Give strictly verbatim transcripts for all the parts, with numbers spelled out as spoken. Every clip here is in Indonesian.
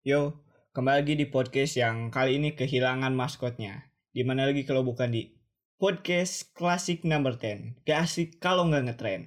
Yo, kembali lagi di podcast yang kali ini kehilangan maskotnya. Di mana lagi kalau bukan di podcast klasik number ten. Gak asik kalau nggak ngetren.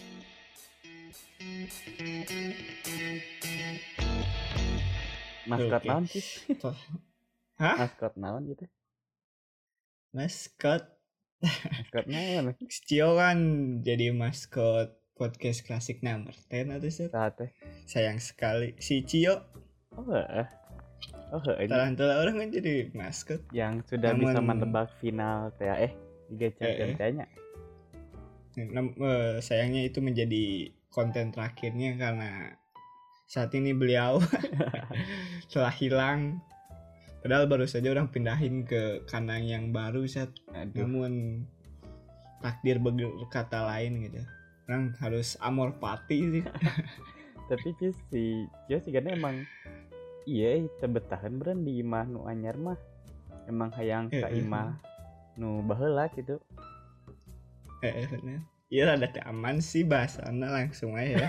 Maskot Oke. naon sih? Toh. Hah? Maskot naon gitu? Maskot. Maskot naon? Cio kan jadi maskot podcast klasik number ten atau sih? Saat teh. Sayang sekali si Cio. Oh heeh. Oh heeh. Talah-talah orang kan jadi maskot. Yang sudah Namun- bisa menebak final T A eh Liga Champions Eh, eh. kayaknya. Nam- eh, sayangnya itu menjadi konten terakhirnya karena saat ini beliau telah hilang. Padahal baru saja orang pindahin ke kandang yang baru saat. Aduh. Namun takdir berkata lain gitu. Orang harus amor pati sih. Tapi Cis, si Cio sih kan emang iya tebetahan beren di imah nu anyar mah. Emang hayang ka Eh, eh. imah nu baheula gitu. Eh, eh, bener. Iya rada teu aman sih bahasana langsung aja.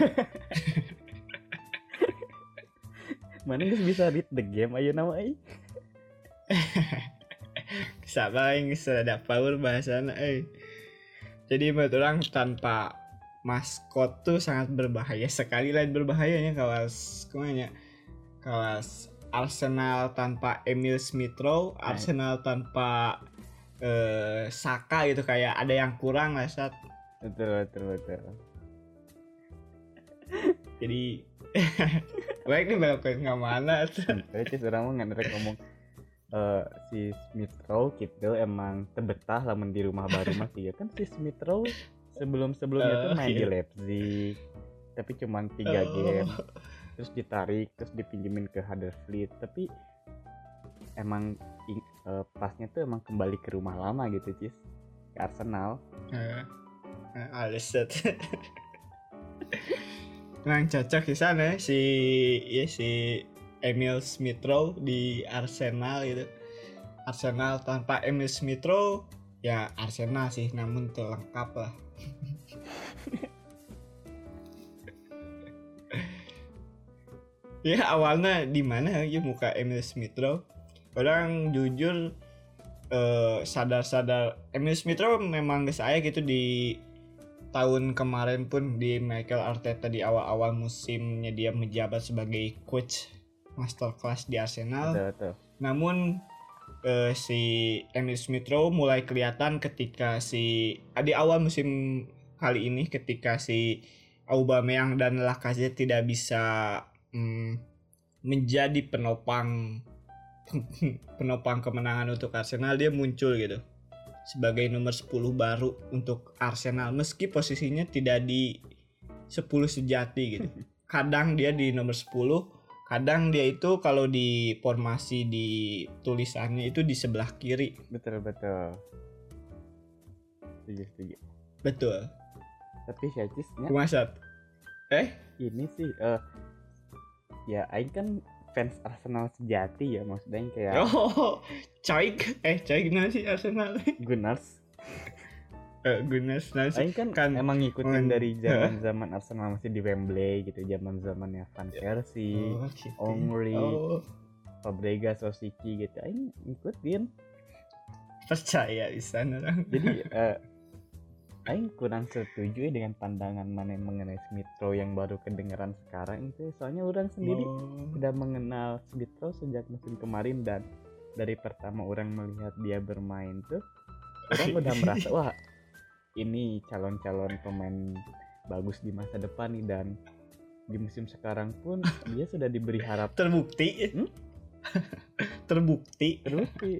Mana geus bisa read the game ayeuna mah euy. Sabar yang ada power bahasana eh. Jadi menurut orang tanpa maskot tuh sangat berbahaya. Sekali lain berbahayanya kawas kemana? Kawas Arsenal tanpa Emil Smith Rowe, Arsenal tanpa eh, Saka gitu, kayak ada yang kurang lah saat. Betul betul betul. Jadi baik nih balap nggak mana tuh. Tapi Cis orang mah ngan rek ngomong eh si Smith Rowe gitu emang tebetah lamun di rumah baru mah sih ya kan si Smith Rowe sebelum sebelumnya tuh Oh, main di iya. Leipzig tapi cuman tiga Oh. game terus ditarik terus dipinjemin ke Huddersfield tapi emang ing- eh, pasnya tuh emang kembali ke rumah lama gitu Cis ke Arsenal. Eh, eh, Alisat. Memang cocok di sana si ya si Emil Smith Rowe di Arsenal gitu. Arsenal tanpa Emil Smith Rowe ya Arsenal sih, namun terlengkap lah. Ya awalnya di mana ya muka Emil Smith Rowe. Orang jujur eh, sadar-sadar Emil Smith Rowe memang guys saya gitu di tahun kemarin pun di Mikel Arteta di awal-awal musimnya dia menjabat sebagai coach masterclass di Arsenal. Betul, betul. Namun eh, si Emil Smith Rowe mulai kelihatan ketika si di awal musim kali ini ketika si Aubameyang dan Lacazette tidak bisa mm, menjadi penopang penopang kemenangan untuk Arsenal, dia muncul gitu sebagai nomor sepuluh baru untuk Arsenal meski posisinya tidak di sepuluh sejati gitu. Kadang dia di nomor sepuluh, kadang dia itu kalau di formasi di tulisannya itu di sebelah kiri. Betul betul. Setuju setuju. Betul. Tapi si Cisnya Kumasat. Eh? ini sih eh ya aing kan fans Arsenal sejati ya maksudnya yang kayak Oh, Caik. Eh, Caik gimana sih Arsenal? Gunners. Eh, goodness, nah sih. Aing kan, Kan emang ngikutin men- dari zaman-zaman Arsenal masih di Wembley gitu, zaman-zamannya Van Persie, Oh, gitu. Henry, Oh, Fabregas, Rosicky gitu. Aing ngikutin. percaya di sana orang. Jadi eh, Aing kurang setuju ya dengan pandangan mana mengenai Smith Rowe yang baru kedengeran sekarang itu. Soalnya orang sendiri Oh. sudah mengenal Smith Rowe sejak musim kemarin dan dari pertama orang melihat dia bermain tuh orang udah merasa wah ini calon-calon pemain bagus di masa depan nih, dan di musim sekarang pun dia sudah diberi harapan Terbukti. Hmm? Terbukti. terbukti.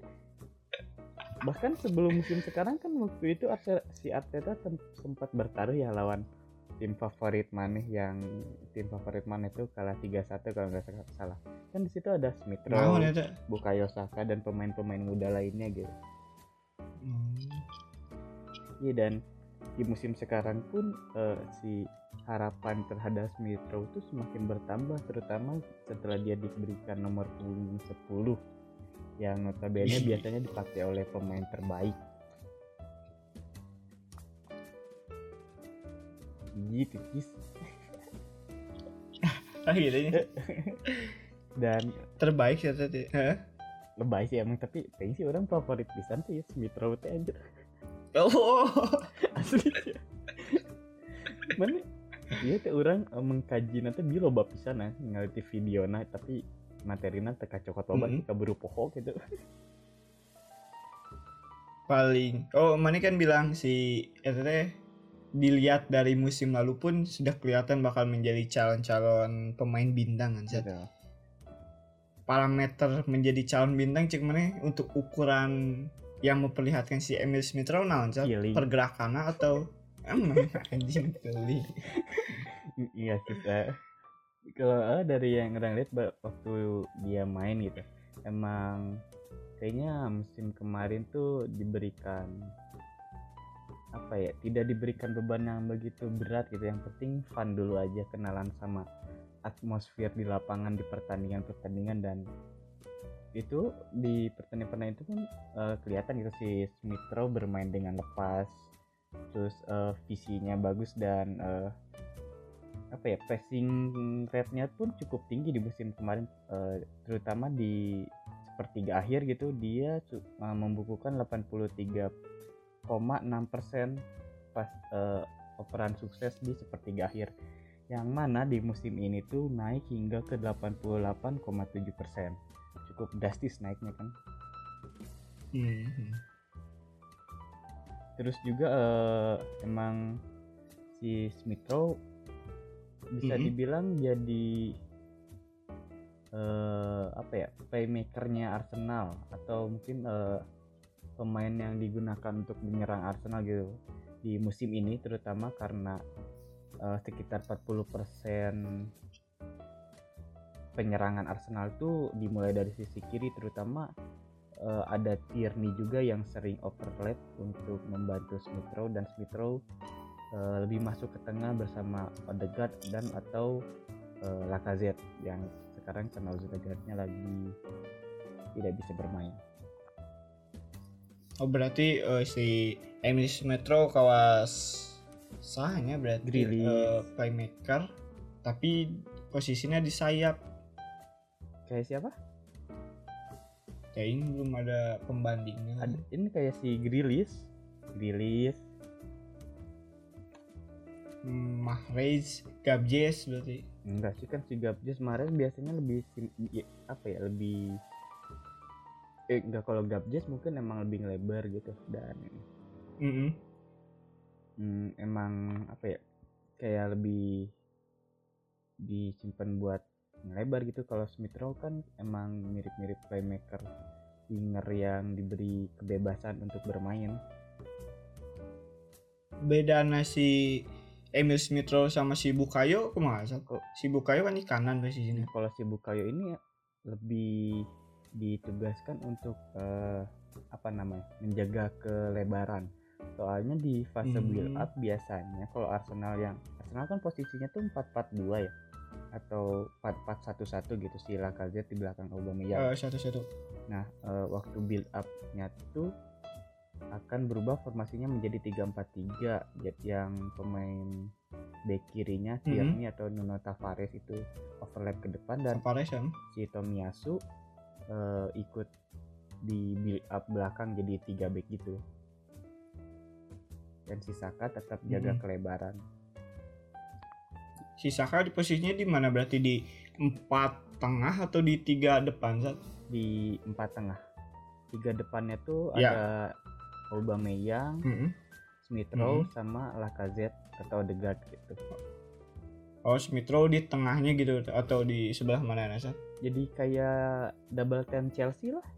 Bahkan sebelum musim sekarang kan waktu itu Arte- si Arteta sem- sempat bertaruh ya lawan tim favorit maneh yang tim favorit maneh itu kalah tiga satu kalau nggak salah. Kan di situ ada Smith Naon Rowe, eta? Bukayo Saka dan pemain-pemain muda lainnya gitu. Hmm. Iya, dan di musim sekarang pun eh, si harapan terhadap Smith Rowe itu semakin bertambah, terutama setelah dia diberikan nomor punggung sepuluh yang notabene Ih. biasanya dipakai oleh pemain terbaik. Gitu, Kis. Akhirnya Dan terbaik ya tadi. Heeh. lebay sih emang, tapi pengen sih orang favorit pisan sih Smith Rowe teh anjir. Oh. Asli sih. Mana iya teh orang uh, mengkaji nanti bi loba pisan nah ngaliti videona tapi materina teu kacokot loba Mm-mm. sih kaburu poho gitu. Paling oh mana kan bilang si eta teh dilihat dari musim lalu pun sudah kelihatan bakal menjadi calon-calon pemain bintang kan. Zat. Gitu. Parameter menjadi calon bintang cek mana untuk ukuran yang memperlihatkan si Emil Smith Rowe naon Zat? Feeling. Pergerakannya atau emang anjing kali. Iya sih Teh. Kalau uh, dari yang orang lihat ba- waktu dia main gitu emang kayaknya musim kemarin tuh diberikan apa ya, tidak diberikan beban yang begitu berat gitu, yang penting fun dulu aja, kenalan sama atmosfer di lapangan di pertandingan-pertandingan. Dan itu di pertandingan itu pun uh, kelihatan gitu si Smith Rowe bermain dengan lepas, terus uh, visinya bagus dan uh, apa ya, passing rate-nya pun cukup tinggi di musim kemarin, uh, terutama di sepertiga akhir gitu dia uh, membukukan delapan puluh tiga koma enam persen pas uh, operan sukses di sepertiga akhir, yang mana di musim ini tuh naik hingga ke delapan puluh delapan koma tujuh persen, cukup drastis naiknya kan. Hmm. Terus juga uh, emang si Smith Rowe bisa Mm-hmm. dibilang jadi uh, apa ya, playmakernya Arsenal, atau mungkin uh, pemain yang digunakan untuk menyerang Arsenal gitu di musim ini, terutama karena uh, sekitar empat puluh persen penyerangan Arsenal itu dimulai dari sisi kiri, terutama uh, ada Tierney juga yang sering overlap untuk membantu Smith Rowe, dan Smith Rowe uh, lebih masuk ke tengah bersama Odegaard dan atau uh, Lacazette yang sekarang karena Odegaardnya lagi tidak bisa bermain. Oh berarti uh, si Emil Smith Rowe kawas sahnya berarti uh, playmaker tapi posisinya di sayap. Kayak siapa? Kayak ini belum ada pembandingnya. Ada, ini kayak si Grealish, Grealish, Mahrez, Gabjes berarti. enggak sih, kan si Gabjes Mahrez biasanya lebih ya, apa ya, lebih eh enggak, kalau Gabjes mungkin emang lebih lebar gitu, dan mm-hmm. hmm, emang apa ya, kayak lebih disimpan buat lebar gitu. Kalau Smith Rowe kan emang mirip-mirip playmaker, winger yang diberi kebebasan untuk bermain. Beda nasi Emil Smith Rowe sama si Bukayo kemana? Kok si Bukayo kan di kanan posisinya. Kalau si Bukayo ini lebih ditugaskan untuk uh, apa namanya, menjaga kelebaran. Soalnya di fase hmm. build up biasanya kalau Arsenal yang Arsenal kan posisinya tuh empat empat dua ya, atau empat empat satu satu gitu, si Lacazette di belakang Aubameyang. Uh, satu-satu. Nah, uh, waktu build up-nya tuh akan berubah formasinya menjadi tiga empat tiga, yang pemain back kirinya Tierney mm-hmm. atau Nuno Tavares itu overlap ke depan, dan Tavares, kan? si Tomiyasu uh, ikut di build up belakang jadi tiga back gitu, dan si Saka tetap jaga mm-hmm. kelebaran. Si Saka di posisinya di mana berarti, di empat tengah atau di tiga depan saat? Di empat tengah. Tiga depannya tuh ya. Ada Aubameyang, mm-hmm. Smith Rowe, mm-hmm. sama Lacazette atau Odegaard gitu. Oh, Smith Rowe di tengahnya gitu atau di sebelah mana Nasa? Jadi kayak double ten Chelsea lah.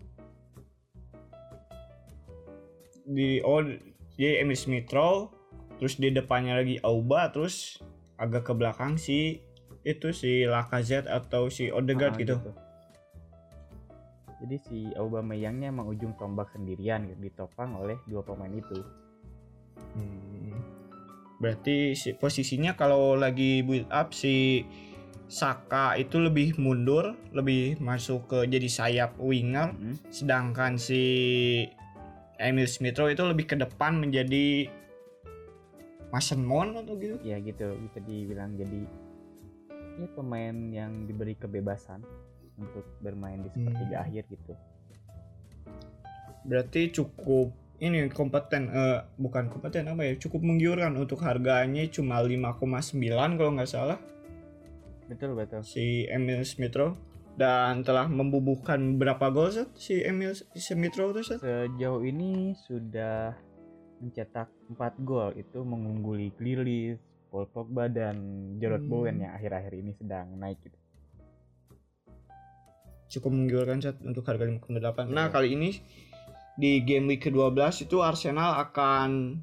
Di oh jadi Emil Smith Rowe, terus di depannya lagi Auba, terus agak ke belakang si itu si Lacazette atau si Odegaard ah, gitu. gitu. Jadi si Aubameyangnya emang ujung tombak sendirian gitu, ditopang oleh dua pemain itu. Hmm. Berarti si posisinya kalau lagi build up si Saka itu lebih mundur, lebih masuk ke jadi sayap winger, mm-hmm. sedangkan si Emil Smith Rowe itu lebih ke depan menjadi Mason Mount atau gitu. Ya gitu, bisa dibilang jadi ya pemain yang diberi kebebasan untuk bermain di sepertiga Hmm. akhir gitu. Berarti cukup ini kompeten, eh, bukan kompeten apa ya, cukup menggiurkan untuk harganya cuma lima koma sembilan kalau nggak salah Betul betul. si Emil Smith Rowe, dan telah membubuhkan berapa gol Sat, si Emil Smith Rowe itu Sat? Sejauh ini sudah mencetak empat gol, itu mengungguli Grealish, Paul Pogba dan Jarrod Hmm. Bowen yang akhir-akhir ini sedang naik gitu. Cukup menggiurkan Sat untuk harga lima koma delapan. Nah, Iya. kali ini di game week kedua belas itu Arsenal akan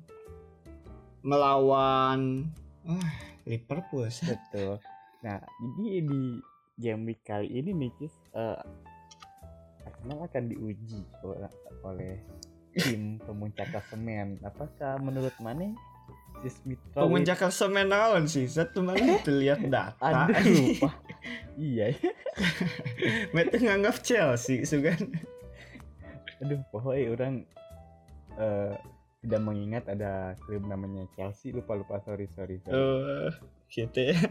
melawan ah, Liverpool Sat. Betul. Nah, jadi di game week kali ini nih Kis, uh, Arsenal akan diuji oleh, oleh tim pemuncak klasemen. Apakah menurut Mane si Smith Rowe Pemuncak klasemen naon sih Sat, kemarin terlihat data. Aduh, lupa. Iya ya. Mete nganggap Chelsea sugan. Aduh, pokoknya orang uh, tidak mengingat ada klub namanya Chelsea. Lupa lupa sorry sorry. sorry. Oh, gitu ya.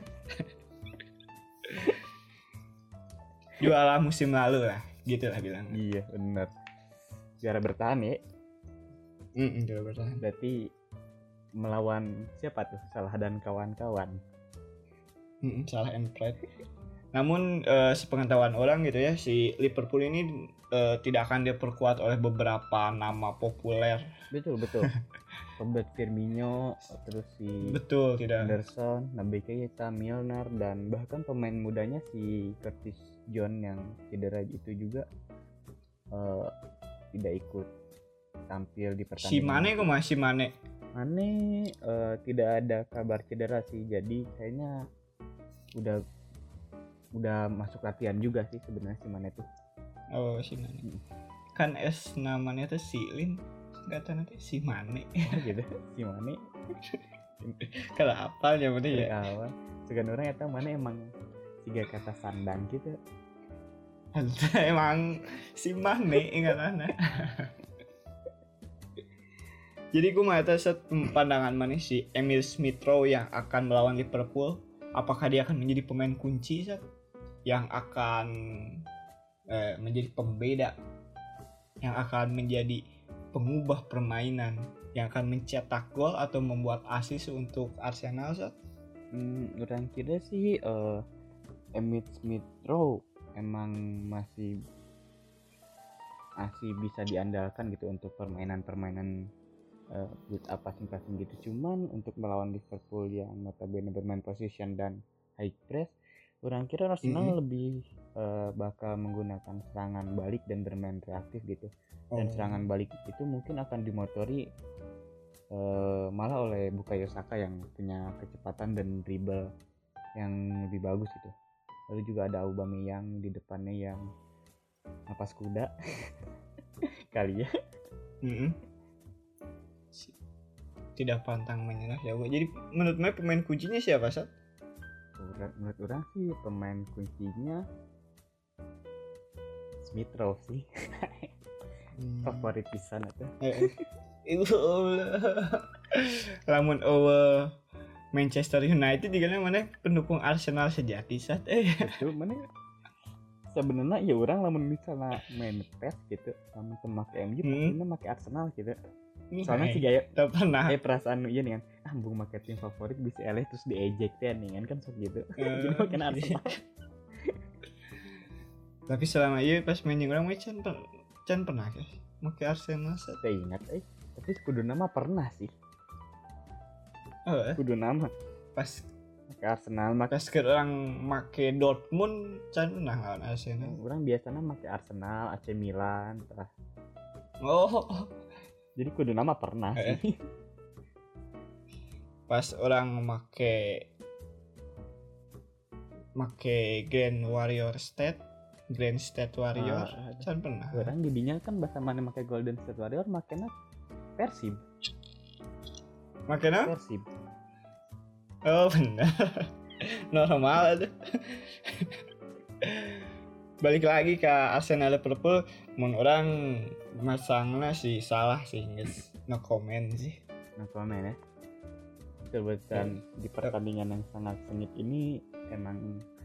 Jualah musim lalu lah, gitu lah bilang. Iya benar. Juara bertahan ya. Mm, juara bertahan. Berarti melawan siapa tuh? Salah dan kawan-kawan. Mm, salah Empret. Namun eh, sepengetahuan orang gitu ya, si Liverpool ini eh, tidak akan diperkuat oleh beberapa nama populer. Betul betul. Robert Firmino, terus si Betul, tidak. Anderson, Naby Keita, Milner, dan bahkan pemain mudanya si Curtis Jones yang cedera itu juga uh, tidak ikut tampil di pertandingan. Si Mane kok masih Mane? Mane uh, tidak ada kabar cedera sih, jadi kayaknya udah udah masuk latihan juga sih sebenarnya si Mane tuh. Oh, si Mane. Kan es namanya tuh si Lin. Kata nanti si Mane. Oh gitu, si Mane. Kalau apa ya berarti ya? Kawan, segan orang eta Mane emang tiga kata sandang gitu. Emang si Mane ingatannya. Jadi gue mau set pandangan mana si Emil Smith Rowe yang akan melawan Liverpool. Apakah dia akan menjadi pemain kunci Sat? Yang akan eh, menjadi pembeda, yang akan menjadi pengubah permainan, yang akan mencetak gol atau membuat assist untuk Arsenal Sat? Hmm, orang kira sih uh, Emil Smith Rowe emang masih masih bisa diandalkan gitu untuk permainan-permainan uh, build up passing-passing gitu. Cuman untuk melawan Liverpool yang notabene bermain position dan high press, orang kira Arsenal mm-hmm. lebih uh, bakal menggunakan serangan balik dan bermain reaktif gitu. Dan oh. serangan balik itu mungkin akan dimotori uh, malah oleh Bukayo Saka yang punya kecepatan dan dribble yang lebih bagus gitu. Lalu juga ada Aubameyang di depannya yang napas kuda kali ya. Mm-hmm. Tidak pantang menyerah ya. Jadi menurut saya pemain kuncinya siapa Sat? Menurut orang sih pemain kuncinya Smith Rowe sih. Hmm. Favorit pisan atuh. Ibu Allah. Lamun eueuh Manchester United digana mana pendukung Arsenal sejati Sat. Eh. Betul mana? Sebenarnya ya orang lamun misalnya main P E S gitu, lamun teu make M U pastinya make Arsenal gitu. Soalnya sih gaya tak pernah eh perasaan iya nih kan, ah bung make tim favorit bisa eleh terus diejek teh nih kan kan sok gitu. Jadi make Arsenal. Tapi selama iya pas main jeung urang mah can can pernah guys make Arsenal Sat. Teu ingat eh. Tapi kudu nama pernah sih. Oh, eh? Kudu nama pas make Arsenal make pas orang make Dortmund can pernah lawan Arsenal. Orang biasanya make Arsenal, A C Milan, terus. Oh. Jadi kudu nama pernah eh. sih. Pas orang make make Grand Warrior State, Grand State Warrior, ah, can pernah. Orang didinya kan bahasa mana make Golden State Warrior, makena Persib. Makena Persib. Oh benar. Normal aja. Balik lagi ke Arsenal Liverpool, mun orang masangna sih salah sih guys. No comment sih. No comment ya. Kebetulan di pertandingan yang sangat sengit ini emang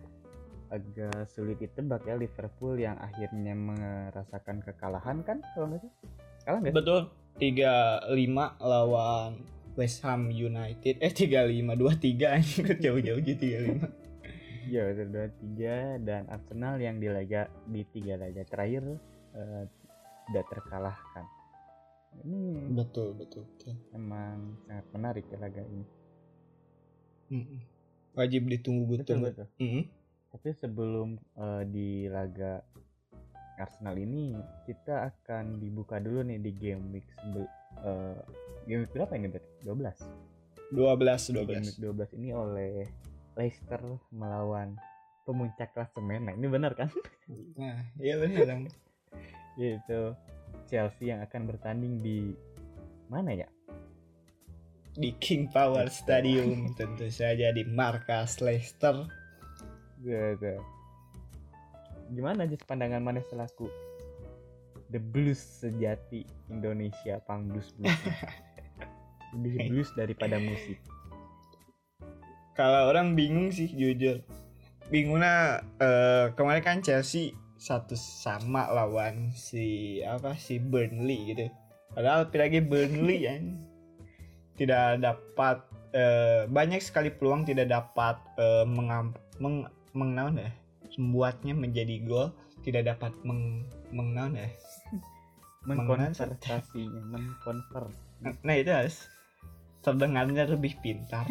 agak sulit ditebak ya, Liverpool yang akhirnya merasakan kekalahan kan kalau nggak salah. Kalah nggak sih? Betul. tiga lima lawan West Ham United. Eh tiga lima dua tiga anjing jauh-jauh aja tiga lima. Iya betul, dua tiga. Dan Arsenal yang di laga di tiga laga terakhir uh, tidak terkalahkan. Ini Betul, betul, betul. emang sangat menarik ya laga ini. Mm-mm. Wajib ditunggu betul. Betul betul. Mm-mm. Tapi sebelum uh, di laga Arsenal ini, kita akan dibuka dulu nih di game week sebel, uh, game week berapa ini, Bet? dua belas. dua belas dua Game belas. week dua belas ini oleh Leicester melawan pemuncak klasemen. Nah, ini benar kan? Nah, iya benar dong. Yaitu Chelsea yang akan bertanding di mana ya? Di King Power Stadium, tentu saja di markas Leicester. Gitu. Gimana aja pandangan mana selaku The Blues sejati Indonesia, pang blues blues. Lebih blues daripada musik. Kalau orang bingung sih jujur. Bingungnya uh, kemarin kan Chelsea satu sama lawan si apa si Burnley gitu. Padahal lagi Burnley ya tidak dapat uh, banyak sekali peluang tidak dapat uh, mengam, meng, mengenal ya, membuatnya menjadi gol, tidak dapat meng, mengenal ya, mengkonvertasinya, mengkonvert. Nah itu harus terdengarnya lebih pintar.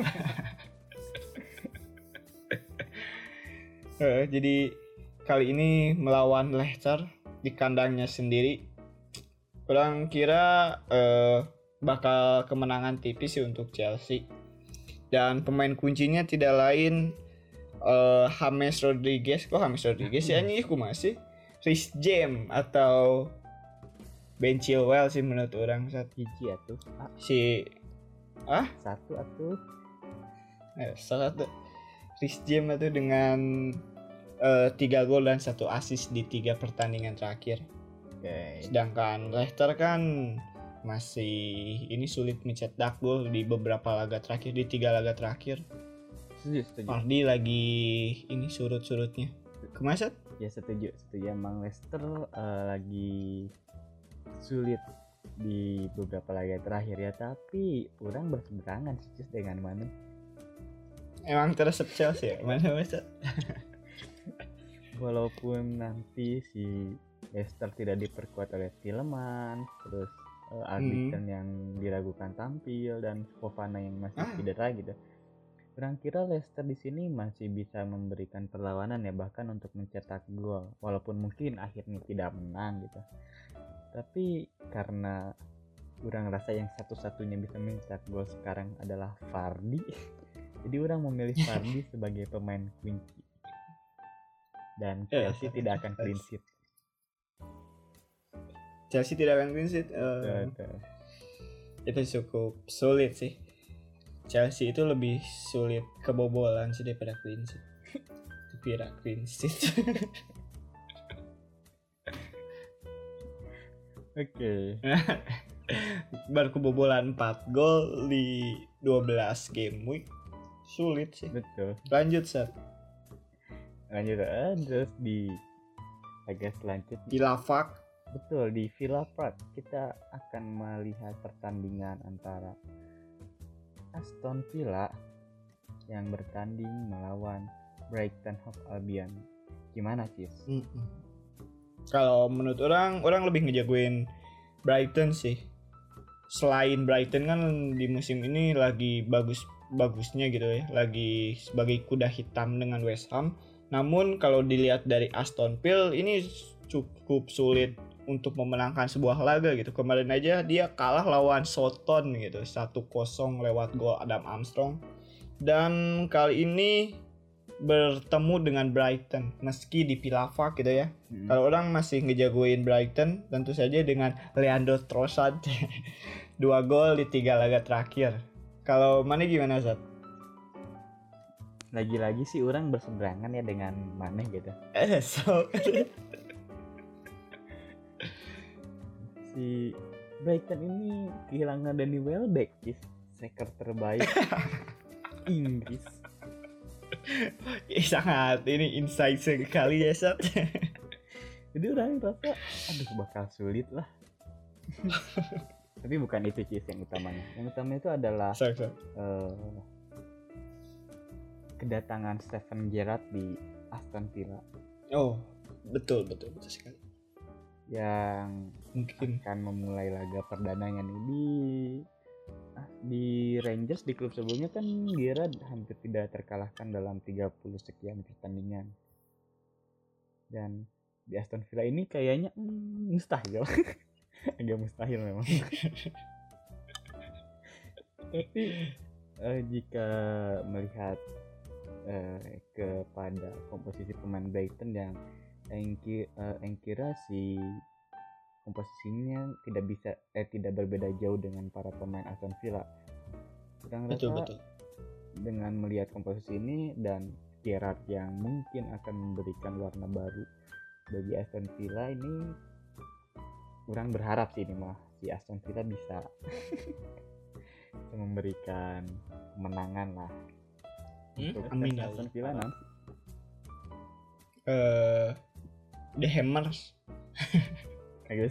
uh, jadi kali ini melawan Leicester di kandangnya sendiri, orang kira uh, bakal kemenangan tipis sih untuk Chelsea. Dan pemain kuncinya tidak lain uh, James Rodriguez. Kok James Rodriguez ya nih aku masih Reece James atau Ben Chilwell sih menurut orang saat hiji atuh. Ah. Si ah satu atuh. Eh, satu Reece James itu dengan uh, tiga gol dan satu assist di tiga pertandingan terakhir. Okay. Sedangkan Leicester kan masih ini sulit mencetak gol di beberapa laga terakhir, di tiga laga terakhir. Setuju, setuju. Vardy lagi ini surut-surutnya. Kemaset? Ya setuju, setuju. Emang Leicester uh, lagi sulit di beberapa laga terakhir ya, tapi orang berseberangan sih dengan mana. Emang terasa Chelsea ya? Mana Maset? Walaupun nanti si Leicester tidak diperkuat oleh Tielemans, terus Uh, Albion hmm. yang diragukan tampil dan Fofana yang masih ah. cedera gitu. Kurang kira Leicester di sini masih bisa memberikan perlawanan ya, bahkan untuk mencetak gol, walaupun mungkin akhirnya tidak menang gitu. Tapi karena kurang rasa yang satu-satunya bisa mencetak gol sekarang adalah Vardy, jadi orang memilih Vardy sebagai pemain kunci. Dan Chelsea tidak akan clean sheet. Chelsea tidak akan clean sheet. Uh, itu cukup sulit sih. Chelsea itu lebih sulit kebobolan sih daripada clean sheet. Kira clean sheet. Oke. Baru kebobolan empat gol di dua belas game week. Sulit sih. Betul. Lanjut, Sat. Lanjut uh, terus di laga selanjutnya. Di Lavak. Betul, di Villa Park kita akan melihat pertandingan antara Aston Villa yang bertanding melawan Brighton Hove Albion. Gimana, Cis? Mm-mm. Kalau menurut orang, orang lebih ngejagoin Brighton sih. Selain Brighton kan di musim ini lagi bagus-bagusnya gitu ya, lagi sebagai kuda hitam dengan West Ham. Namun kalau dilihat dari Aston Villa ini cukup sulit untuk memenangkan sebuah laga gitu. Kemarin aja dia kalah lawan Southampton gitu, satu kosong lewat gol Adam Armstrong. Dan kali ini bertemu dengan Brighton meski di Villa Park gitu ya. Hmm. Kalau orang masih ngejagoin Brighton tentu saja dengan Leandro Trossard. Dua gol di tiga laga terakhir. Kalau mana gimana, Zat? Lagi-lagi sih orang berseberangan ya dengan Mane gitu. Eh, so si Brighton ini kehilangan Danny Welbeck, striker terbaik Inggris. Ih, sangat ini insight sekali ya Sat. Jadi orang rasa aduh bakal sulit lah. Tapi bukan itu sih yang utamanya. Yang utama itu adalah so, so. Uh, kedatangan Steven Gerrard di Aston Villa. Oh betul betul betul sekali. Yang mungkin akan memulai laga perdananya nih di di Rangers. Di klub sebelumnya kan Gerrard hampir tidak terkalahkan dalam tiga puluh sekian pertandingan. Dan di Aston Villa ini kayaknya hmm, mustahil. Agak mustahil memang. Tapi uh, jika melihat uh, kepada komposisi pemain Brighton yang yang, uh, yang kira si komposisinya tidak bisa eh tidak berbeda jauh dengan para pemain Aston Villa. Sedang betul, rasa betul. Dengan melihat komposisi ini dan Gerrard yang mungkin akan memberikan warna baru bagi Aston Villa ini, kurang berharap sih ini mah si Aston Villa bisa memberikan kemenangan lah. Hmm? Untuk Amin Aston Villa nanti. Uh, The Hammers. Bagus.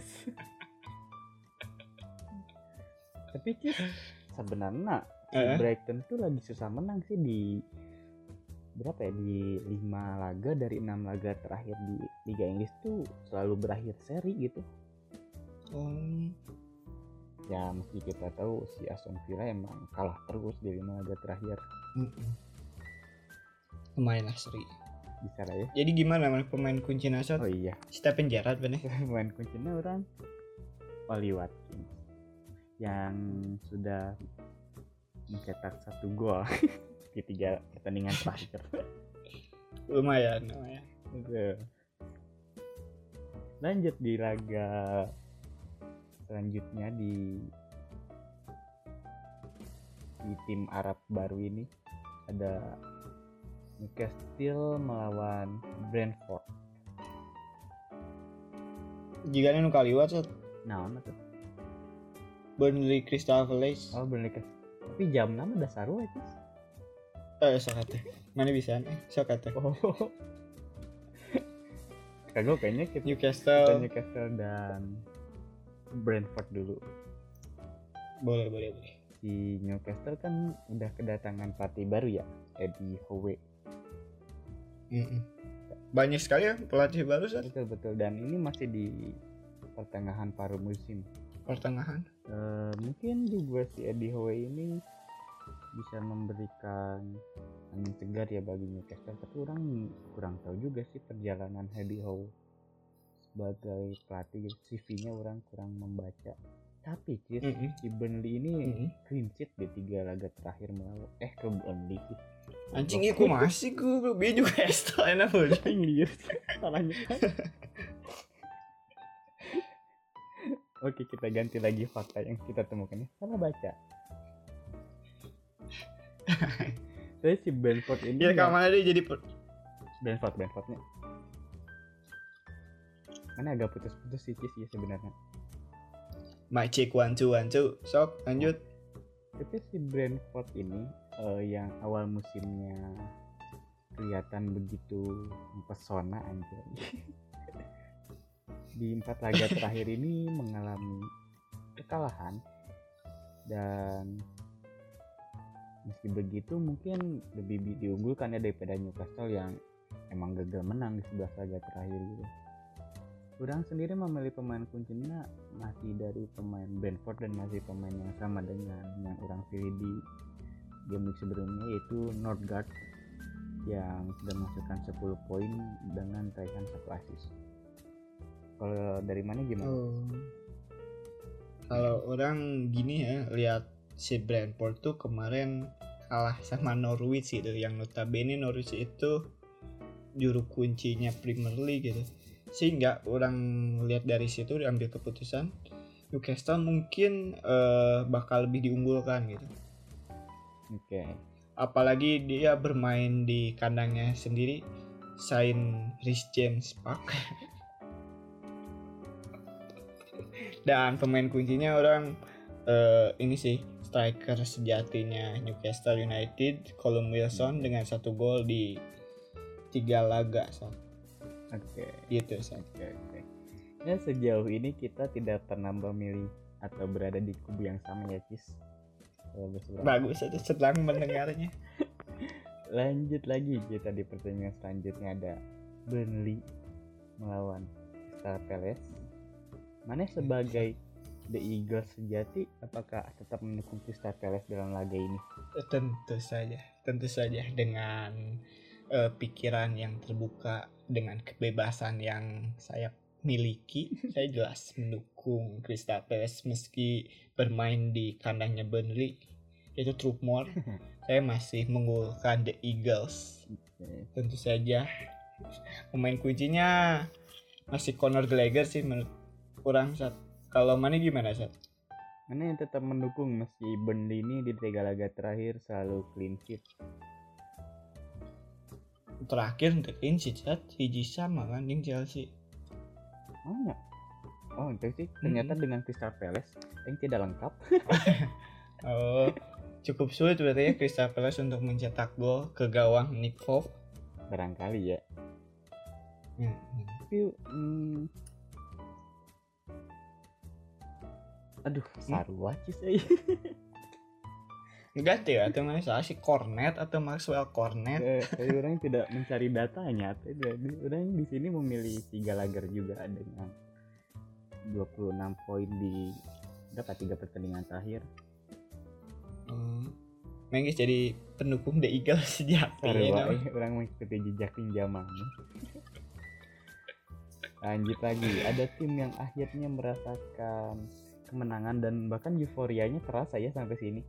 Tapi sih sebenarnya si uh. Brighton tuh lagi susah menang sih di berapa ya di lima laga dari enam laga terakhir di Liga Inggris tuh selalu berakhir seri gitu. Um. Ya meski kita tahu si Aston Villa emang kalah terus di lima laga terakhir. Lumayan lah seri. Bisa lah ya. Jadi gimana pemain kunci Nasat? Oh iya. Steven Gerrard bener. Pemain kuncinya orang Oli Watkins yang sudah mencetak satu gol di tiga pertandingan terakhir. Lumayan, lumayan. Lanjut di laga selanjutnya di di tim Arab baru ini ada Newcastle melawan Brentford. Jika nu kaliwat Sat. Nah, mana tuh? Burnley Crystal Palace. Oh, Burnley. Tapi jam nama udah saru itu. Eh, sok atuh. Mana bisa? Eh, sok atuh. Oh. Kagak kayaknya kita Newcastle. Kita Newcastle dan Brentford dulu. Boleh, boleh, boleh. Di Newcastle kan udah kedatangan pelatih baru ya, Eddie Howe. Mm-mm. Banyak sekali ya pelatih baru Sat. Betul betul dan ini masih di pertengahan paruh musim. Pertengahan. Uh, mungkin juga si Eddie Howe ini bisa memberikan angin segar ya bagi Newcastle. Tapi orang kurang tahu juga sih perjalanan Eddie Howe sebagai pelatih. C V-nya orang kurang membaca. Tapi Cis, mm-hmm. si Burnley ini mm-hmm. clean sheet di tiga laga terakhir melawan eh ke Burnley sih. Anjing iku masih ku dia juga Estel enak banget. Liar salahnya. Oke, kita ganti lagi fakta yang kita temukan ya. Salah baca. Saya si Brentford ini ya kemana dia jadi per... Brentford Brentfordnya mana agak putus-putus sih Cis ya sebenarnya. Mic check one two one two. Sok lanjut. Tapi si Brentford ini uh, yang awal musimnya kelihatan begitu mempesona anjir. Di empat laga terakhir ini mengalami kekalahan dan meski begitu mungkin lebih diunggulkan ya daripada Newcastle yang emang gagal menang di sebelas laga terakhir gitu. Orang sendiri memilih pemain kuncinya masih dari pemain Brentford dan masih pemain yang sama dengan yang orang pilih di game week sebelumnya yaitu Northgard yang sudah menghasilkan sepuluh poin dengan raihan satu assist. Kalau dari mana gimana? Oh. Kalau orang gini ya lihat si Brentford tuh kemarin kalah sama Norwich gitu, yang notabene Norwich itu juru kuncinya Premier League gitu. Sehingga orang lihat dari situ diambil keputusan Newcastle mungkin uh, bakal lebih diunggulkan gitu. Oke. Okay. Apalagi dia bermain di kandangnya sendiri, Saint Rhys James Park. Dan pemain kuncinya orang eh, ini sih striker sejatinya Newcastle United, Callum Wilson dengan satu gol di tiga laga Sat. Oke. Gitu Sat. Oke, oke. Ya sejauh ini kita tidak pernah memilih atau berada di kubu yang sama ya Cis. Bagus banget. Bagus itu sedang mendengarnya. Lanjut lagi kita di pertandingan selanjutnya ada Burnley melawan Crystal Palace. Mana sebagai The Eagles sejati, apakah tetap mendukung Crystal Palace dalam laga ini? Tentu saja, tentu saja dengan uh, pikiran yang terbuka, dengan kebebasan yang saya miliki, saya jelas mendukung Crystal Palace meski bermain di kandangnya Burnley, yaitu Trupmore. Saya masih mengunggulkan The Eagles. Okay. Tentu saja pemain kuncinya masih Conor Gallagher sih menurut kurang Sat. Kalau mana gimana Sat? Mana yang tetap mendukung meski Burnley ini di tiga laga terakhir selalu clean sheet. Terakhir untuk clean sheet Sat, hiji sama kan yang Chelsea. Oh ya. Oh itu sih ternyata hmm. dengan Crystal Palace yang tidak lengkap. Oh, cukup sulit berarti ya Crystal Palace untuk mencetak gol ke gawang Nick Pope. Barangkali ya. Hmm. Tapi hmm, aduh, sarua Cis euy. Enggak tuh atau masalah si Cornet atau Maxwell Cornet. Saya orang tidak mencari datanya. Jadi orang di sini memilih tiga laga juga dengan dua puluh enam poin di berapa tiga pertandingan terakhir. Hmm. Menggis jadi pendukung The Eagles sejati. Sarua ya, orang mengikuti jejak pinjaman. Lanjut lagi, ada tim yang akhirnya merasakan kemenangan dan bahkan euforianya terasa ya sampai sini.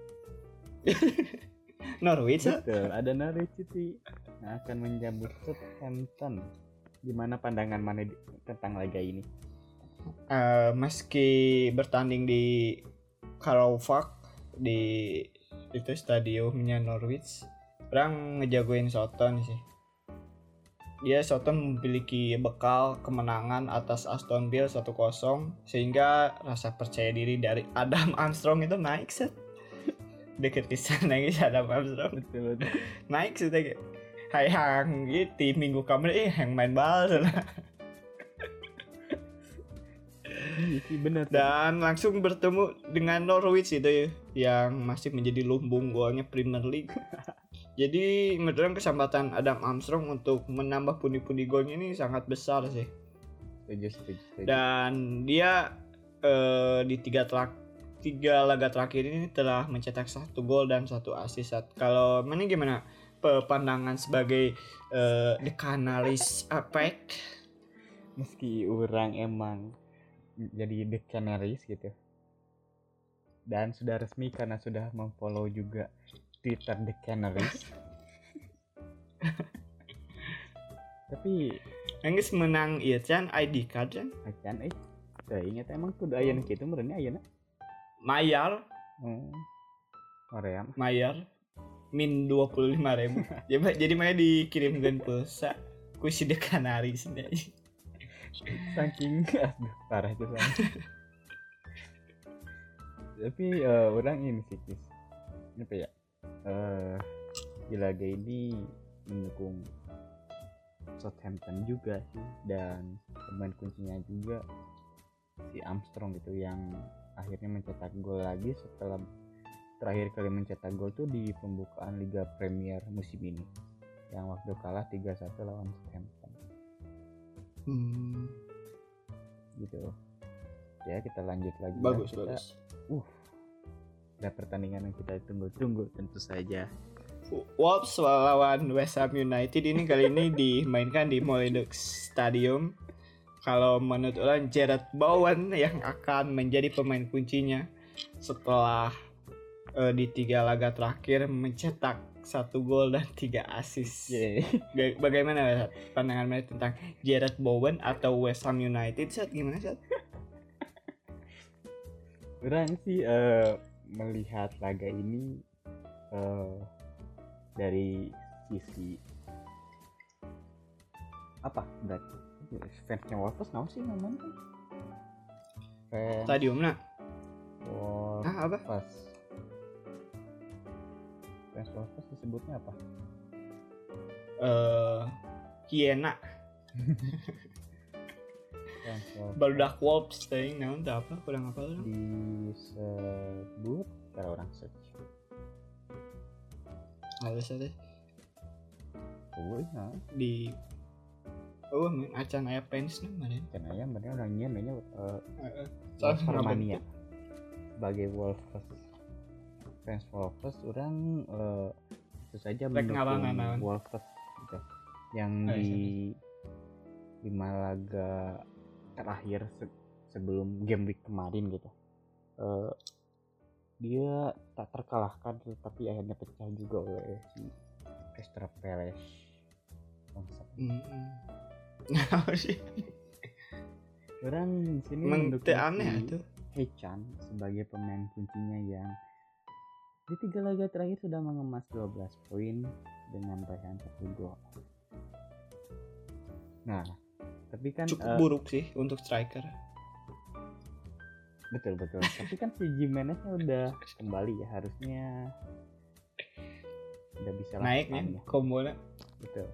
Norwich. Betul, ada Norwich City yang akan menjambut Southampton. Gimana pandangan mana di, tentang laga ini? Uh, meski bertanding di Carrow Park di itu stadiumnya Norwich, orang ngejagoin Southampton sih. Dia Southampton memiliki bekal kemenangan atas Aston Villa satu kosong sehingga rasa percaya diri dari Adam Armstrong itu naik set. Deket pisan lagi Adam Armstrong. Betul betul. Naik sih kayak hayang gitu minggu kemarin eh yang main bal sana. Iya sih benar. Dan langsung bertemu dengan Norwich itu ya, yang masih menjadi lumbung golnya Premier League. Jadi menurut kesempatan Adam Armstrong untuk menambah pundi-pundi golnya ini sangat besar sih. Setuju, setuju, setuju. Dan dia eh, di tiga telak, tiga laga terakhir ini telah mencetak satu gol dan satu assist. Kalau mana gimana pandangan sebagai eh, The Canaries Attack? Meski orang emang jadi The Canaries gitu. Dan sudah resmi karena sudah memfollow juga Twitter The Canaries. Tapi Nangis menang iya can I D card can? Acan eh saya ingat emang tuh aya nu kitu meureunnya ayeuna. Mayar. Hmm. Korea. Mayar min dua puluh lima ribu. jadi jadi mah dikirimkeun pulsa ku si The Canaries nih. Saking aduh parah itu sama. Tapi uh, orang ini sih Kis. Apa ya? Uh, di laga ini mendukung Southampton juga sih dan pemain kuncinya juga si Armstrong gitu yang akhirnya mencetak gol lagi setelah terakhir kali mencetak gol tuh di pembukaan Liga Premier musim ini yang waktu kalah tiga satu lawan Southampton. Hmm. Gitu ya, kita lanjut lagi. Bagus kita, bagus. Uh, ada pertandingan yang kita tunggu-tunggu tentu saja. Wolves lawan West Ham United ini kali ini dimainkan di Molineux Stadium. Kalau menurut orang Jarrod Bowen yang akan menjadi pemain kuncinya setelah uh, di tiga laga terakhir mencetak satu gol dan tiga assist. Yeah. Bagaimana pandangan Anda tentang Jarrod Bowen atau West Ham United? Saat gimana saat? Orang sih uh, melihat laga ini uh, dari sisi apa berarti fansnya Wolves nggak sih namanya fans stadium nak Wolves. Ah, apa? Fans Wolves disebutnya apa? Eh, Hiena. Fans Wolves Barudak Wolves teuing naon teh apa? Kurang apa orang? disebut kalau orang search. Halus teh Oh iya, di oh men acan aya fansna meureun. kan aya bener orang nyian namanya uh, Heeh. Wolvermania sebagai Wolves. Fans Wolves orang uh, itu saja Rek ngarangan naon? mendukung Wolves gitu. Yang Oh, di lima laga terakhir se- sebelum game week kemarin gitu. Uh, dia tak terkalahkan tapi akhirnya pecah juga oleh si Crystal Palace. Bangsat. Heeh. Nah, sih. Orang di sini Emang mendukung teu aneh si atuh. Hechan sebagai pemain kuncinya yang di tiga laga terakhir sudah mengemas dua belas poin dengan raihan satu gol. Nah, tapi kan Cukup uh, buruk sih untuk striker. betul betul. Tapi kan si Jimeneznya udah kembali ya, harusnya udah bisa Naik lakukan ya ya. kombonya. Betul.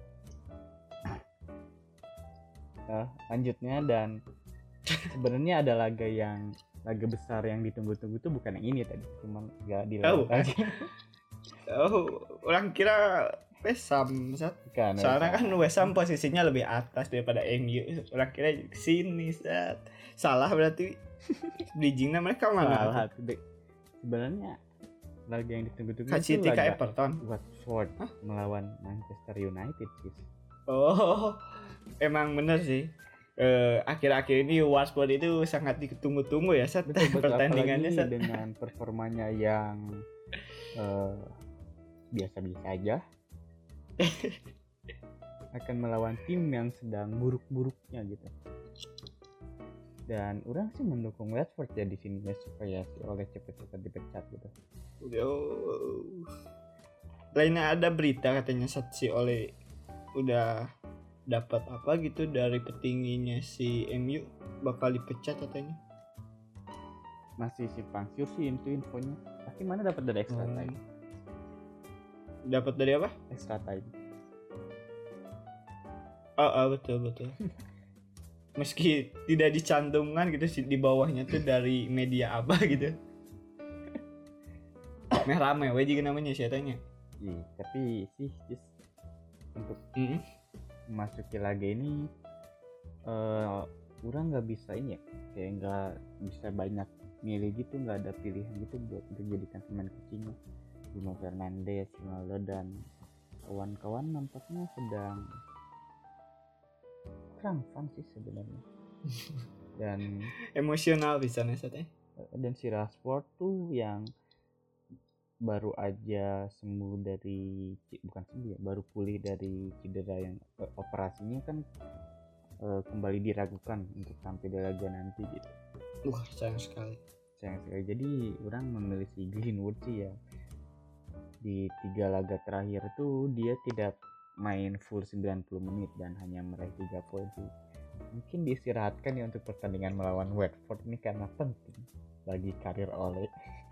Nah, lanjutnya dan sebenarnya ada laga yang laga besar yang ditunggu-tunggu tuh bukan yang ini tadi, cuman nggak dilewat Oh. aja. Oh, orang kira West Ham, Sat. Bukan, Soalnya West kan West Ham posisinya lebih atas daripada M U. Orang kira sini, Sat. Salah berarti. Bridgingnya mereka mana? Salah tuh, Dek. Sebenarnya laga yang ditunggu-tunggu Ka itu City ka laga Everton. Watford Hah? melawan Manchester United sih. Oh, emang bener sih. Eh, akhir-akhir ini Watford itu sangat ditunggu-tunggu ya, Sat. Betul betul, Pertandingannya, apalagi Sat. dengan performanya yang eh, biasa-biasa aja akan melawan tim yang sedang buruk-buruknya gitu. Dan orang sih mendukung Watford ya di sini ya, supaya si Ole cepet-cepet dipecat gitu. Oh. Lainnya ada berita katanya Sat, si Ole udah dapat apa gitu dari petingginya si M U bakal dipecat katanya. Masih simpang siur sih itu infonya. Pasti mana dapat dari extra Hmm. time. Dapat dari apa? Extra time. Oh, oh betul betul. Meski tidak dicantumkan gitu sih di bawahnya tuh dari media apa gitu. Meh rame we juga namanya sih tanya. Iya, tapi sih just untuk Mm-hmm. memasuki laga ini uh, orang nggak bisa ini ya, kayak nggak bisa banyak milih gitu, nggak ada pilihan gitu buat dijadikan pemain kuncinya. Bruno Fernandes, Ronaldo dan kawan-kawan nampaknya sedang kurang fun sih sebenarnya. Dan Emosional bisa nih Sat, eh. dan si Rashford tuh yang baru aja sembuh dari bukan sembuh ya, baru pulih dari cedera yang eh, operasinya kan eh, kembali diragukan untuk tampil di laga nanti gitu. Wah, sayang sekali. Sayang sekali. Jadi orang memilih si Greenwood sih ya. Di tiga laga terakhir tuh dia tidak main full sembilan puluh menit dan hanya meraih tiga poin sih. Mungkin diistirahatkan ya untuk pertandingan melawan Watford ini karena penting bagi karir Ole.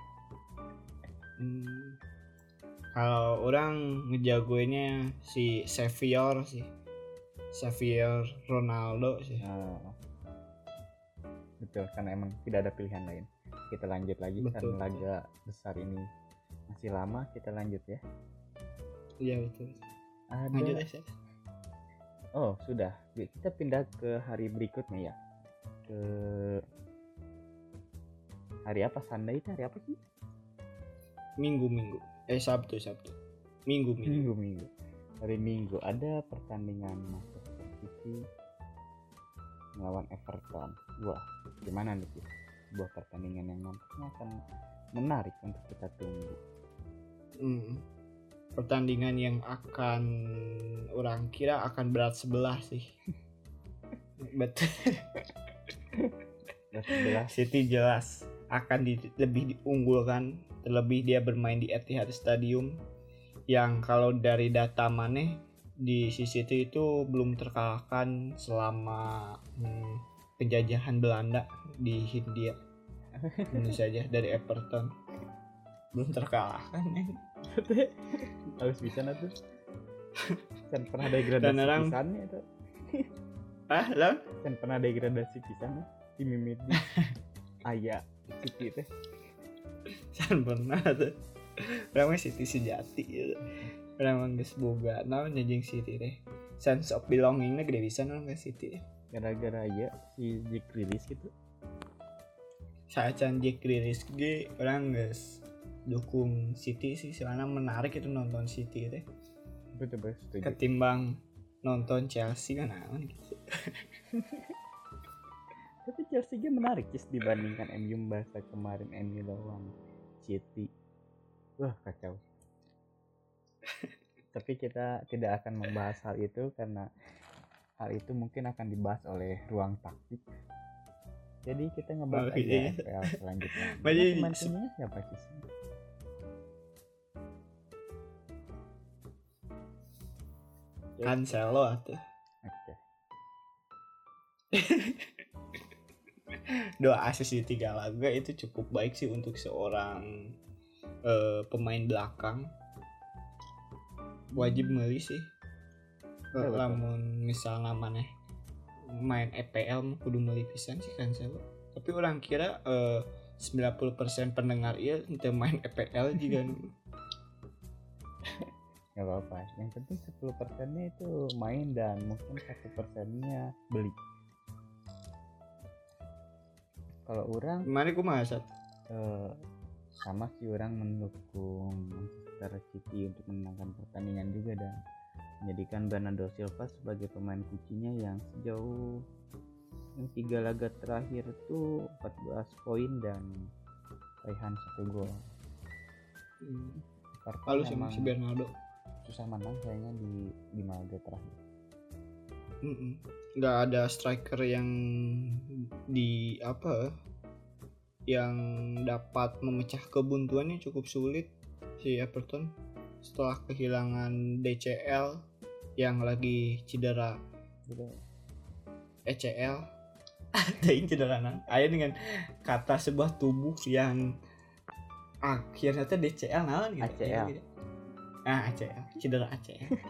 Hmm. Kalau orang ngejagoinnya si Xavier sih. Xavier Ronaldo sih. Nah, betul, karena emang tidak ada pilihan lain. Kita lanjut lagi. Betul, Karena betul. laga besar ini masih lama, kita lanjut ya. Iya betul. Ada... Lanjut ya, Sat. Oh sudah, kita pindah ke hari berikutnya ya. Ke hari apa? Sunday itu hari apa sih? Minggu minggu. Eh Sabtu Sabtu. Minggu minggu. Minggu minggu. Hari Minggu ada pertandingan Manchester City melawan Everton. Wah, gimana nih sih? Sebuah pertandingan yang nampaknya akan menarik untuk kita tunggu. Hmm. Pertandingan yang akan orang kira akan berat sebelah sih. Betul. Dan sebelah City jelas akan di, lebih diunggulkan, terlebih dia bermain di Etihad Stadium yang kalau dari data maneh di City itu belum terkalahkan selama hmm, penjajahan Belanda di Hindia. Tentu saja dari Everton. Belum terkalahkan nih. Harus bisa nah tuh. Kan pernah degradasi Dan orang- pisannya itu. Ah, lah? Kan pernah degradasi pisan di mimidi. Aya City teh. Can pernah tuh. Orang mah City sejati gitu. Orang mah geus boga naon jeung City teh. Sense of belonging-na gede pisan orang ke City teh. Gara-gara ya si Jack Grealish gitu. Saacan Jack Grealish ge orang geus dukung City sih, soalnya menarik itu nonton City teh. Betul betul. Ketimbang nonton Chelsea kan aman gitu. Tapi Chelsea game menarik Cis dibandingkan M U bahasa kemarin M U lawan City. Wah kacau. Tapi kita tidak akan membahas hal itu karena hal itu mungkin akan dibahas oleh ruang taktik. Jadi kita ngebahas Oh, aja iya. F P L selanjutnya. Jadi- Pemain timnya siapa Cis? Cancelo atuh. Oke. Dua assist di tiga laga itu cukup baik sih untuk seorang eh, pemain belakang. Wajib beli sih. Ya, betul. Lamun misalnya maneh main E P L mah kudu meuli pisan sih Cancelo. Tapi orang kira eh, sembilan puluh persen pendengar ieu teu main E P L juga. Gak apa-apa. Yang penting sepuluh persennya itu main dan mungkin satu persennya beli. Kalau orang Kemarin kumaha Sat? eh, sama sih orang mendukung Manchester City untuk memenangkan pertandingan juga dan menjadikan Bernardo Silva sebagai pemain kuncinya yang sejauh yang tiga laga terakhir itu empat belas poin dan raihan satu gol. Hmm. Liverpool Lalu sama memang si Bernardo. susah menang kayaknya di lima laga terakhir. Mm-mm. Nggak ada striker yang di apa yang dapat memecah kebuntuannya cukup sulit si Everton setelah kehilangan D C L yang lagi cedera Gitu. E C L. Ting cedera nang. Aya dengan kata sebuah tubuh yang akhirnya teh D C L naon gitu. A C L. Ah, A C L, cedera A C L.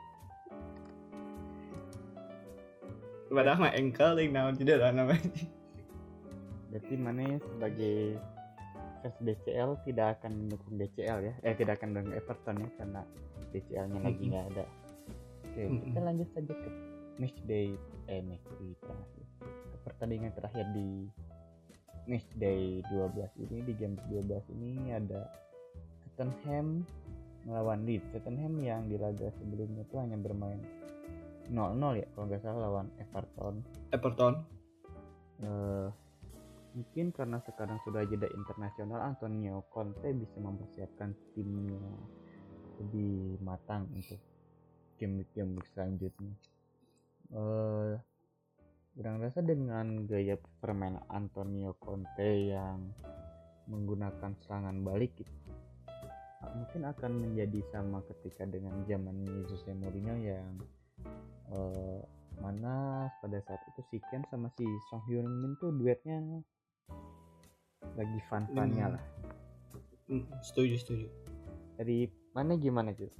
Padahal mah ankle yang naon cedera namanya. Berarti mana sebagai fans D C L tidak akan mendukung D C L ya? Eh tidak akan mendukung Everton ya karena D C L-nya lagi Mm-mm. nggak ada. Oke, Mm-mm. kita lanjut saja ke match day eh match day terakhir. Ke pertandingan terakhir di match day dua belas ini, di game dua belas ini ada Tottenham melawan Leeds. Tottenham yang di laga sebelumnya itu hanya bermain nol nol ya kalau nggak salah lawan Everton. Everton. Eh, mungkin karena sekarang sudah jeda internasional, Antonio Conte bisa mempersiapkan timnya lebih matang untuk game-game selanjutnya. Eh, kurang rasa dengan gaya permainan Antonio Conte yang menggunakan serangan balik gitu, mungkin akan menjadi sama ketika dengan zaman Jose Mourinho yang eh, mana pada saat itu si Ken sama si Song Hyun Min tuh duetnya lagi fun-funnya Hmm. lah. Hmm, setuju setuju. Dari mana gimana Cus?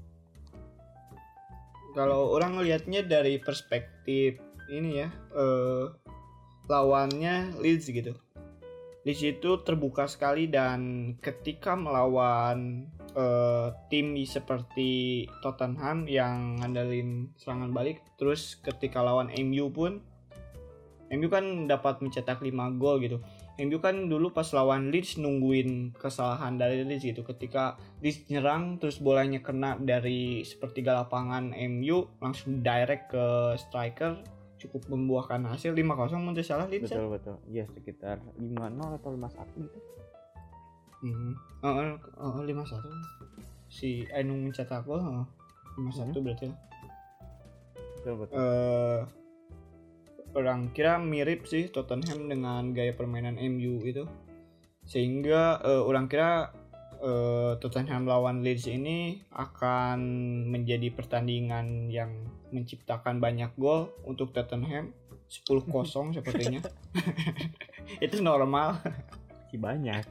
Kalau orang ngelihatnya dari perspektif ini ya, eh, lawannya Leeds gitu. Leeds itu terbuka sekali dan ketika melawan eh, tim seperti Tottenham yang ngandelin serangan balik, terus ketika lawan M U pun M U kan dapat mencetak lima gol gitu. M U kan dulu pas lawan Leeds nungguin kesalahan dari Leeds gitu. Ketika Leeds nyerang terus bolanya kena dari sepertiga lapangan M U langsung direct ke striker, cukup membuahkan hasil lima kosong menurut salah Leeds. Betul betul. Ya sekitar lima nol atau lima satu gitu. Hmm. Oh, oh, oh, lima satu. Si Ainung mencetak gol oh, lima satu berarti. Betul betul. Eh orang kira mirip sih Tottenham dengan gaya permainan M U itu, sehingga uh, orang kira uh, Tottenham lawan Leeds ini akan menjadi pertandingan yang menciptakan banyak gol untuk Tottenham, sepuluh kosong sepertinya. Itu normal. masih banyak.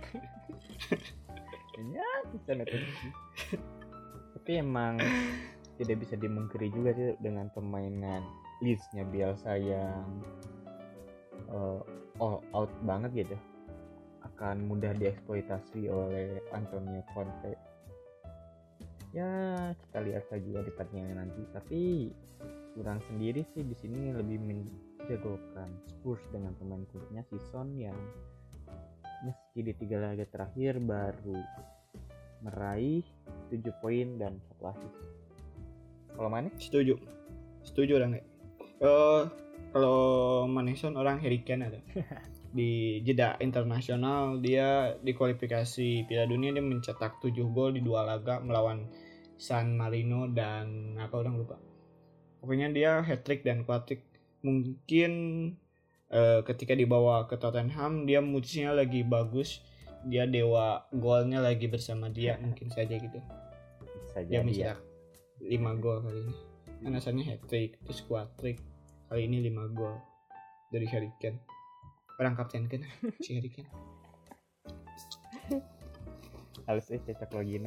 Ya bisa nepotisme. Tapi emang tidak bisa dimungkiri juga sih dengan permainan Leeds-nya Bielsa yang uh, all out banget gitu, akan mudah dieksploitasi oleh Antonio Conte. Ya kita lihat saja di pertandingan nanti. Tapi kurang sendiri sih di sini lebih menjagokan Spurs dengan pemain kulitnya si Son yang meski di tiga laga terakhir baru meraih tujuh poin dan satu assist. Kalau Mane? Setuju. Setuju orang nggak? Uh, kalau Maneson orang Harry Kane ada. Di jeda internasional dia di kualifikasi Piala Dunia dia mencetak tujuh gol di dua laga melawan San Marino dan apa orang lupa. Pokoknya dia hat-trick dan quad-trick. Mungkin uh, ketika dibawa ke Tottenham dia mood-nya lagi bagus. Dia dewa golnya lagi bersama dia mungkin saja gitu. Bisa Dia jadi ya. mencetak lima gol kali ini. Kan asalnya hat-trick terus quad-trick. Kali ini lima gol dari Harry Kane. Orang kapten kan si Harry Kane. Halus eh cecak logina.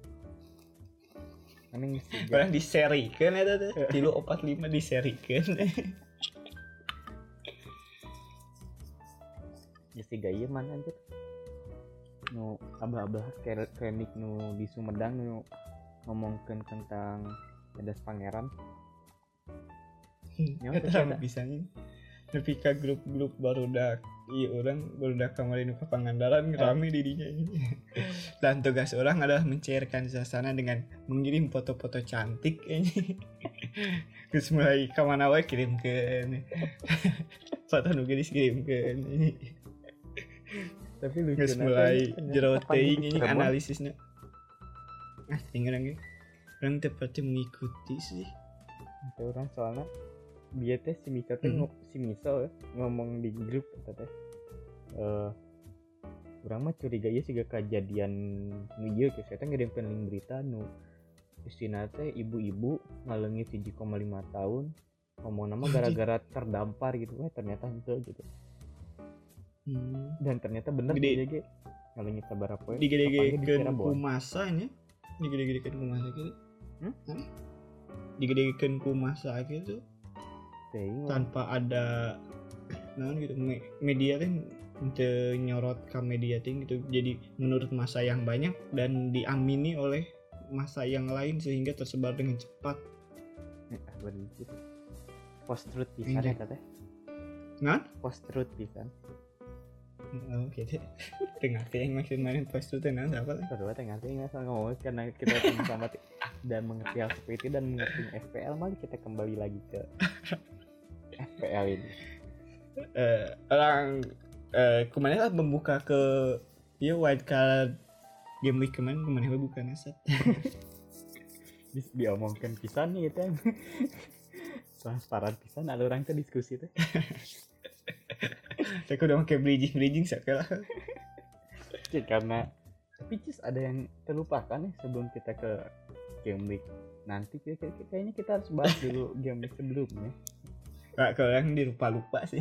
Aneh sih. Orang di seri kan ada tuh. Tilu opat lima di seri kan. Ya si gaya mana anjir. Nu abah-abah klinik nu di Sumedang nu ngomongkeun tentang Pedas Pangeran. Ya terang bisa nih. Tapi ka grup-grup barudak iya orang barudak kemarin ke Pangandaran rame dirinya ini. Dan tugas orang adalah mencairkan suasana dengan mengirim foto-foto cantik ini. Terus mulai kemana wae kirimkeun. Foto nu geus kirimkeun ini. Tapi lucu Terus mulai jero teuing ini analisisnya. Ah, tinggal lagi. Orang tepat mengikuti sih. Itu orang soalnya dia teh si Mika teh Hmm. si Miso ngomong di grup kata teh eh orang mah curiga ya sih kejadian nu ieu ke saya teh ngirimkeun link berita nu istina teh ibu-ibu ngalengit tujuh koma lima tahun ngomong nama gara-gara terdampar gitu eh ternyata henteu gitu. Hmm. Dan ternyata bener Gede. dia ge ngalengit sabaraha poe Digede-gedekeun kumasa nya. Digede-gedekeun kumasa gitu. Hmm? Aneh. Digede-gedekeun kumasa gitu. Tanpa ada naon gitu me- media kan untuk nyorot ke media ting gitu, jadi menurut masa yang banyak dan diamini oleh masa yang lain sehingga tersebar dengan cepat. Eh, ah, bener gitu. Post truth pisan Injek. eta teh. Ngan? Post truth pisan. Oh gitu. Tengah yang maksud main post itu naon apa lah? Kedua teh ngerti nggak soal ngomong karena kita sama-sama dan mengerti hal seperti itu dan mengerti F P L, mari kita kembali lagi ke F P L ini. Eh, orang eh kemarin lah membuka ke ya white card game week kemarin kemarin we bukan asat. Bis diomongkan pisan nih itu. Transparan pisan ada orang teh diskusi teh. Saya udah pakai bridging bridging sekali lah. Cik, karena tapi cis ada yang terlupakan nih sebelum kita ke game week nanti kayaknya kayaknya kita harus bahas dulu game week sebelumnya. Kak, kalau yang dilupa-lupa sih.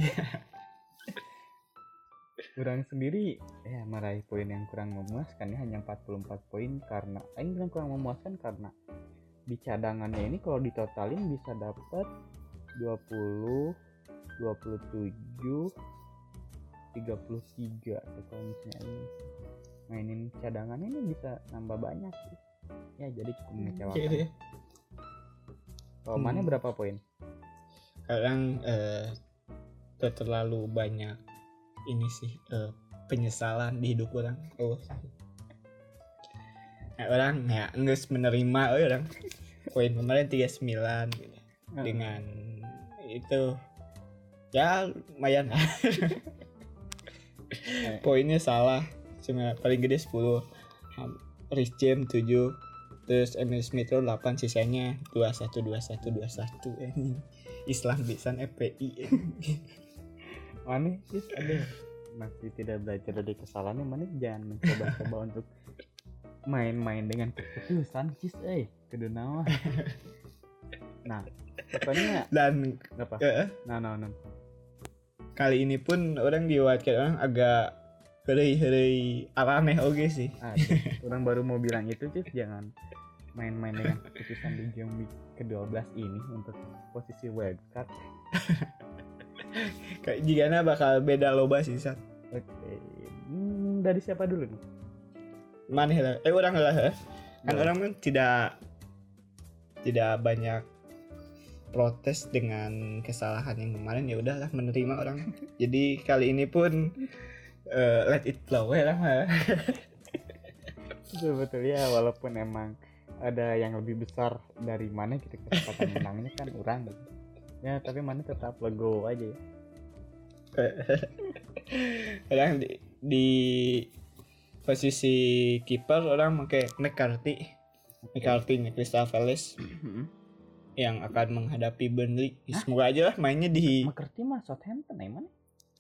Kurang sendiri ya meraih poin yang kurang memuaskan ya, hanya empat puluh empat poin karena ini bilang kurang memuaskan karena di cadangannya ini kalau ditotalin bisa dapat dua puluh, dua puluh tujuh, tiga puluh tiga tuh kalau misalnya ini mainin cadangannya ini bisa nambah banyak sih. Ya jadi cukup mengecewakan. Gitu ya. Kalau mana Hmm. berapa poin? Kadang eh terlalu banyak ini sih eh, penyesalan di hidup orang. Oh. Nah, orang ya nggak menerima oh, orang poin kemarin tiga puluh sembilan gitu. Dengan itu ya lumayan lah. Poinnya salah cuma paling gede sepuluh, Rich James tujuh, terus Emil Smith Rowe delapan, sisanya dua puluh satu dua puluh satu dua puluh satu. Islam bisan F P I. Mana sih ada masih tidak belajar dari kesalahannya, mana jangan mencoba-coba untuk main-main dengan keputusan cis eh kudu naon. Nah pokoknya Dan apa eh, nah nah nah kali ini pun orang di wildcard orang agak Heureuy-heureuy aneh oge sih. Aduh, orang baru mau bilang itu Cis, jangan main-main dengan keputusan di game week kedua belas ini untuk posisi wildcard. Kayak jigana bakal beda loba sih Sat. Oke, hmm, dari siapa dulu nih? Maneh lah. Eh orang lah. Kan Boleh. orang kan tidak tidak banyak protes dengan kesalahan yang kemarin, ya udahlah menerima orang. Jadi kali ini pun uh, let it flow ya lah. Betul ya, walaupun emang ada yang lebih besar dari mana kita kesempatan menangnya kan orang gitu. Ya tapi mana tetap lego aja ya. Orang di, di posisi kiper orang pakai McCarthy. McCarthy-nya Crystal Palace yang akan menghadapi Burnley. Hah? Semoga aja lah mainnya di McCarthy mah Southampton ya mana?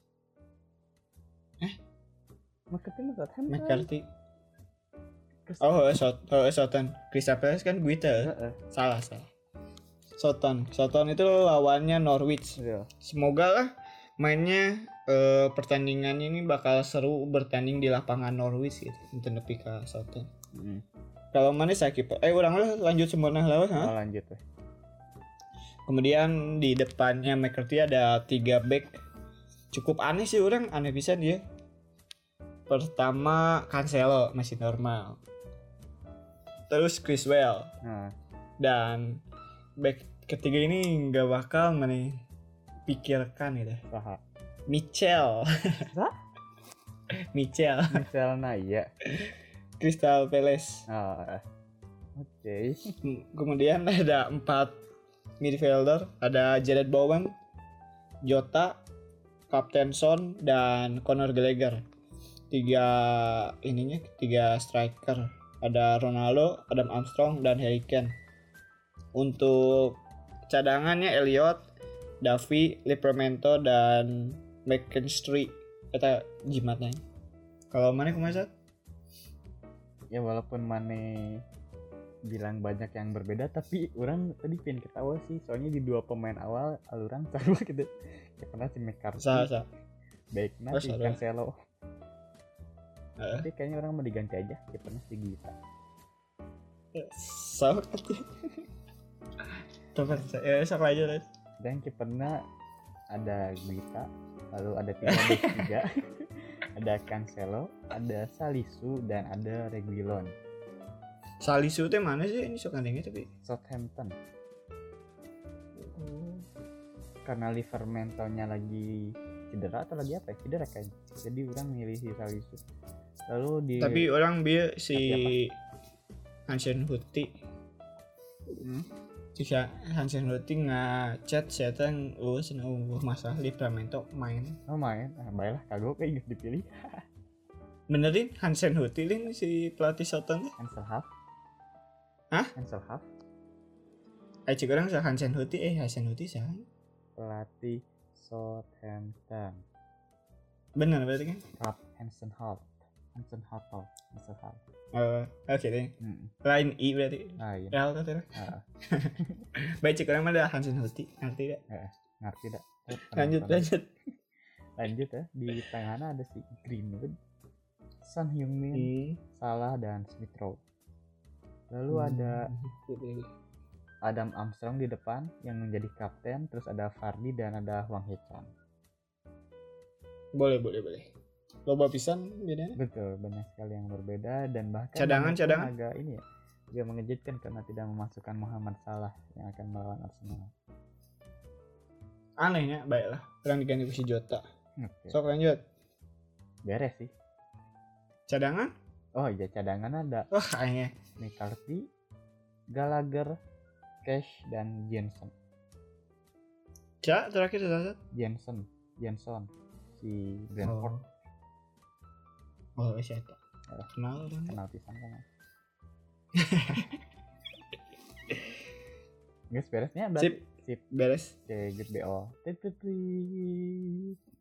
Eh? McCarthy mah Southampton. McCarthy. Crystal- Oh, Sot, oh, Soton. Crystal Palace kan Guita. Heeh. Salah, salah. Soton. Soton itu lawannya Norwich. Iya. Semoga lah mainnya eh, pertandingannya ini bakal seru bertanding di lapangan Norwich gitu. Untuk nepi ka Soton. Mm. Kalau mana saya kiper. Eh, orang lah lanjut sempurna lawan, ha? Oh, lanjut weh. Kemudian di depannya McCarthy ada tiga back. Cukup aneh sih orang, aneh pisan dia. Pertama Cancelo masih normal. Terus Criswell Nah, dan back ketiga ini nggak bakal mana pikirkan gitu. saha. Mitchell. Hah? Mitchell. Misalnya iya. Crystal Palace. Ah, oke. Kemudian ada empat midfielder, ada Jared Bowen, Jota, Kapten Son, dan Conor Gallagher. Tiga ininya, tiga striker. Ada Ronaldo, Adam Armstrong, dan Harry Kane. Untuk cadangannya Elliot, Davi, Livramento, dan McKinstry. Kata jimatnya. Kalau mana kemarin? Ya walaupun Mane bilang banyak yang berbeda, tapi orang tadi pengen ketawa sih, soalnya di dua pemain awal aluran sama gitu. Ya pernah si McCarthy, Sah, sah. baiknya Oh, si salah. Cancelo. Uh, Tapi kayaknya orang mau diganti aja, ya pernah si Guita. Sok atuh. Tepat saya sok aja lah. Dan kipernya ada Guita, lalu ada tiga back tiga, ada Cancelo, ada Salisu, dan ada Reguilon. Salisu teh mana sih ini sok anehnya tapi. Southampton. Karena Livramento-nya lagi cedera atau lagi apa ya? Cedera kayaknya. Jadi orang milih si Salisu. Lalu di Tapi orang biar si Tapi Hansen Hutti, hmm? jika Hansen Hutti ngechat saya teh oh senang uh, masalah Livramento main. Oh main, ah, baiklah kagok kayak gitu dipilih. Benerin Hansen Hutti lin si pelatih Soton teh. Ansel Half. Hah? Ansel Half, Ayo cik orang sa Hansen Hutti eh Hansen Hutti sah. pelatih Southampton. Bener berarti kan? Ralph Hansen Half. Hansen Half. Ansel Half. Oh, oke deh. Hmm. Lain I berarti. Ah iya. Real tuh tuh. Ah, Baik cik orang mah ada Hansen Hutti, ngerti gak? ngerti dah. Lanjut lanjut. Lanjut ya, di tengahnya ada si Greenwood, Son Heung-min, Hmm. Salah, dan Smith Rowe. Lalu ada Adam Armstrong di depan yang menjadi kapten, terus ada Vardy dan ada Hwang Hee-chan. Boleh boleh boleh. Loba pisan bedanya. Betul, banyak sekali yang berbeda dan bahkan Cadangan, Mane pun cadangan. agak ini ya, agak mengejutkan karena tidak memasukkan Muhammad Salah yang akan melawan Arsenal. Anehnya baiklah. Orang diganti ku si Jota. Oke, Sok lanjut. beres sih. Cadangan? Oh iya, cadangan ada Wah aneh. McCarthy, Gallagher, Cash, dan Jensen. Cak terakhir satu. Jensen, Jenson, si Brentford. Oh, oh siapa? Ya. Kenal orang. Kenal pisan kan. Guys, beresnya berarti Sip. sip. Beres. Oke, good B O. Tit, tit, tit.